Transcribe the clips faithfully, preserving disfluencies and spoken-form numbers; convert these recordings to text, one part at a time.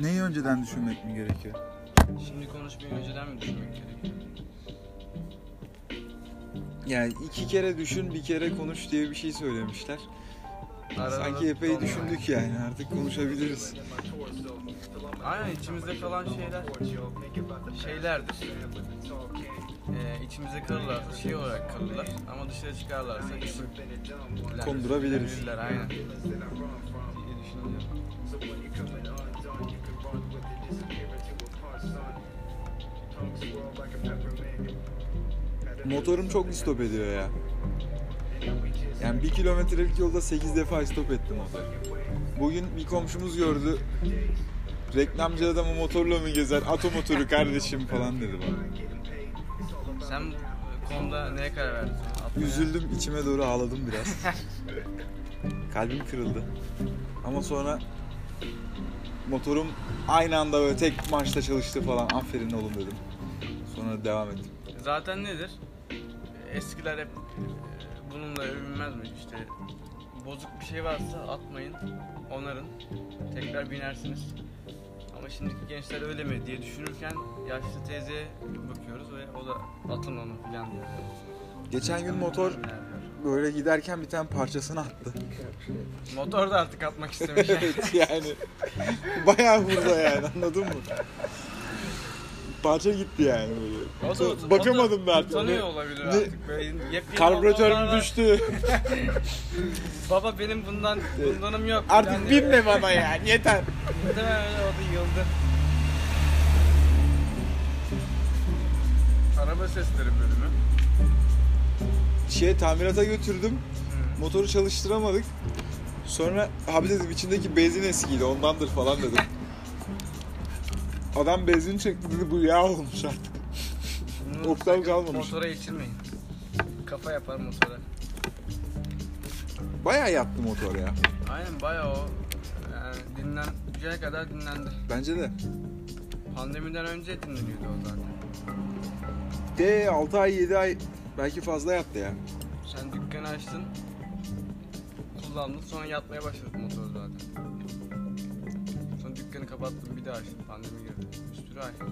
Neyi önceden düşünmek mi gerekiyor? Şimdi konuşmayı önceden mi düşünmek gerekiyor? Yani iki kere düşün, bir kere konuş diye bir şey söylemişler. Arada Sanki epey donma. düşündük yani, artık konuşabiliriz. Aynen, içimizde kalan şeyler şeylerdir. Ee, içimize kalırlarsa şey olarak kalırlar ama dışarı çıkarlarsa isim Kondurabiliriz. bilirler, aynen. diye düşünüyorum. Motorum çok istop ediyor ya. Yani bir kilometrelik yolda sekiz defa istop etti motor. Bugün bir komşumuz gördü. Reklamcı adamı motorla mı gezer? At o motoru kardeşim falan dedi bana. Sen bu konuda neye karar verdin? Atmaya. Üzüldüm, içime doğru ağladım biraz. Kalbim kırıldı. Ama sonra motorum aynı anda böyle tek marşta çalıştı falan. Aferin oğlum dedim. Sonra devam ettim. Zaten nedir? Eskiler hep e, bununla övünmez mi? İşte bozuk bir şey varsa atmayın, onarın, tekrar binersiniz. Ama şimdiki gençler öyle mi diye düşünürken yaşlı teyzeye bakıyoruz ve o da atın onu filan diyor. Geçen gün motor böyle giderken bir tane parçasını attı. Motor da artık atmak istemiş. Evet yani bayağı hurda yani, anladın mı? Parça gitti yani böyle. O da, o da, bakamadım da artık. Utanıyor olabilir ne, artık. Böyle karbüratörüm motorlarla... düştü. Baba benim bundan bundanım yok. Artık binme bana yani, yeter. Muhtemelen öyle oldu, yıldı. Araba sesleri bölümü. Şey, tamirata götürdüm. Hmm. Motoru çalıştıramadık. Sonra abi dedim içindeki benzin eskiydi ondandır falan dedim. Adam benzin çekti dedi, bu yağ olmuş artık. Oktav kalmamış. Motora içilmeyin. Kafa yapar motora. Bayağı yattı motor ya. Aynen, bayağı o. Yani dinleneceği kadar dinlendi. Bence de. Pandemiden önce dinleniyordu o zaten. De altı ay yedi ay belki fazla yattı ya. Sen dükkanı açtın, kullandın, sonra yatmaya başladın motor zaten. Sonra dükkanı kapattın, bir daha açtın, pandemi girdi. Bir sürü ay.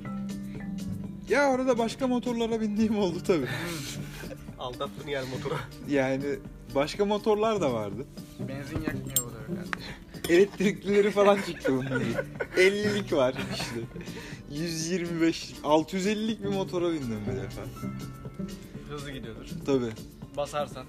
Ya orada başka motorlara bindiğim oldu tabii. Aldattın yani motora. Yani başka motorlar da vardı. Benzin yakmıyor bu da kardeşim. Elektriklileri falan çıktı bunların. ellilik var işte. yüz yirmi beş, altı yüz ellilik bir motora bindim bir defa. Hızlı gidiyordur. Tabii. Basarsan.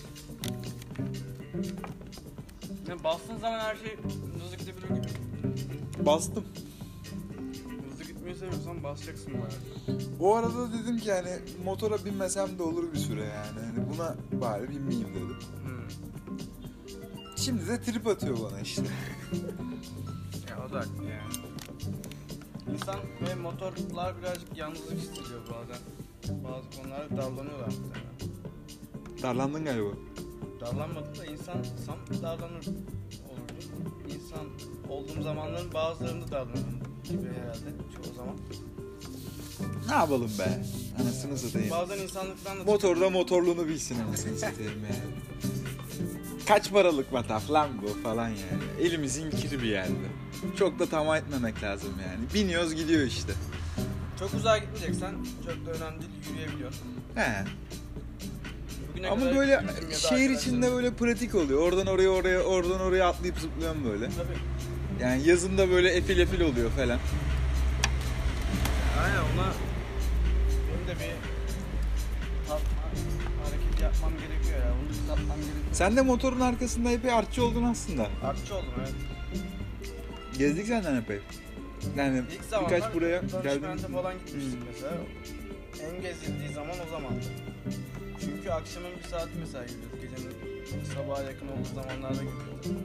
Ne, bastığın zaman her şey hızlı gidebilir gibi. Bastım. Hızlı gitmeyi seviyorsan basacaksın bayağı. O arada dedim ki yani motora binmesem de olur bir süre yani. Hani buna bari binmeyeyim dedim. Hmm. Şimdi de trip atıyor bana işte. Ya o da haklı yani. İnsan ve motorlar birazcık yalnızlık hissediyor bazen. Bazı konularda darlanıyorlar muhtemelen. Darlandın galiba. Darlanmadım da insansam darlanır olurdu. İnsan olduğum zamanların bazılarında darlanırım gibi herhalde çoğu zaman. Ne yapalım be? Anasını satayım. Bazen insanlıktan da... Motorda motorluğunu bilsin anasını satayım yani. Kaç paralık mataf lan bu falan yani. Elimizin kiri bir yerde. Çok da tamah etmemek lazım yani. Biniyoruz gidiyor işte. Çok uzağa gitmeyeceksen çok da önemli değil, yürüyebiliyorsun. He. Bugüne Ama kadar böyle gittiğim ya da şehir arkadaşlarım- içinde böyle pratik oluyor. Oradan oraya oraya oradan oraya atlayıp zıplıyorum böyle. Tabii. Yani yazında böyle efil efil oluyor falan. Aynen, ona benim de bir tatma, hareket yapmam gerekiyor ya. Onu bir tatmam gerekiyor. Sen de motorun arkasında epey artçı oldun aslında. Artçı oldum, evet. Gezdik senden epey. Yani İlk zamanlar birkaç buraya geldim. danışmenta falan gitmiştik mesela. En gezildiği zaman o zamandı. Çünkü akşamın bir saati mesela gidiyorduk. Gecenin sabaha yakın olduğu zamanlarda gidiyorduk.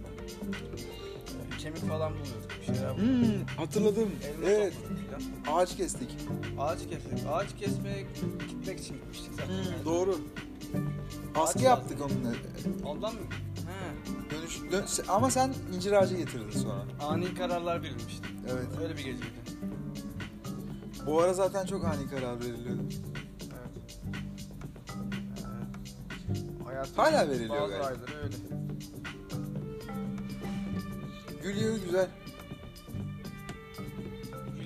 Kemik falan buluyorduk, bir şeyler buluyorduk. Hmm, hatırladım. Elma Evet. topladık falan. Ağaç kestik. Ağaç kestik. Ağaç kesmeye gitmek için gitmiştik zaten. Hmm, doğru. Askı Ağaç yaptık onunla. Ondan mı? He. Dönüş, dön, ama sen incir ağacı getirdin sonra. Ani kararlar verilmişti. Evet. Öyle bir geceydi. Bu ara zaten çok ani karar veriliyordu. Evet. Evet. Hayatın Hala veriliyor bazı galiba. ayları öyle. Gül yağı güzel.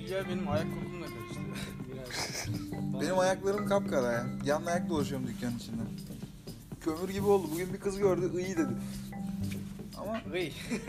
Ya benim ayak kokumla karıştı. Biraz. Benim ayaklarım kapkara ya. Yan ayak dolaşıyorum dükkanın içinde. Kömür gibi oldu. Bugün bir kız gördü, iyi dedi. Ama Rey.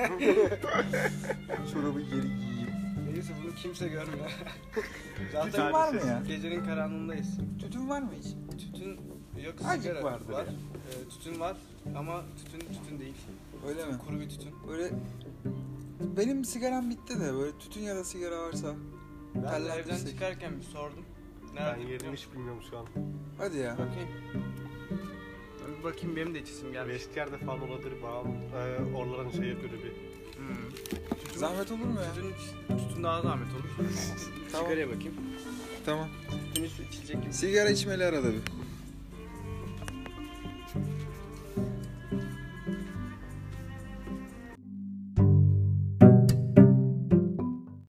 çorabı geri giyeyim. Neyse bunu kimse görmüyor. Tütün var mı ya? Gecenin karanlığındayız. Tütün var mı hiç? Tütün yok, Azıcık sigara vardır var. ya. Ee, tütün var ama tütün tütün değil. Öyle mi? Kuru bir tütün. Böyle benim sigaram bitti de böyle tütün ya da sigara varsa Ben de Teller evden desek. çıkarken bir sordum. Ben Nerede yerini biliyor hiç bilmiyorum şu an. hadi ya. musun? Bakayım. Ben bir bakayım, benim de içisim gelmiş. Vestiyerde falan olabilir bağım. Ee, oraların şey yapıyor bir. Hmm. Tütün, Zahmet olur mu ya? Tütün, tütün daha zahmet olur. Tamam. Sigaraya bakayım. Tamam. Tütün içilecek gibi. Sigara içmeli arada bir.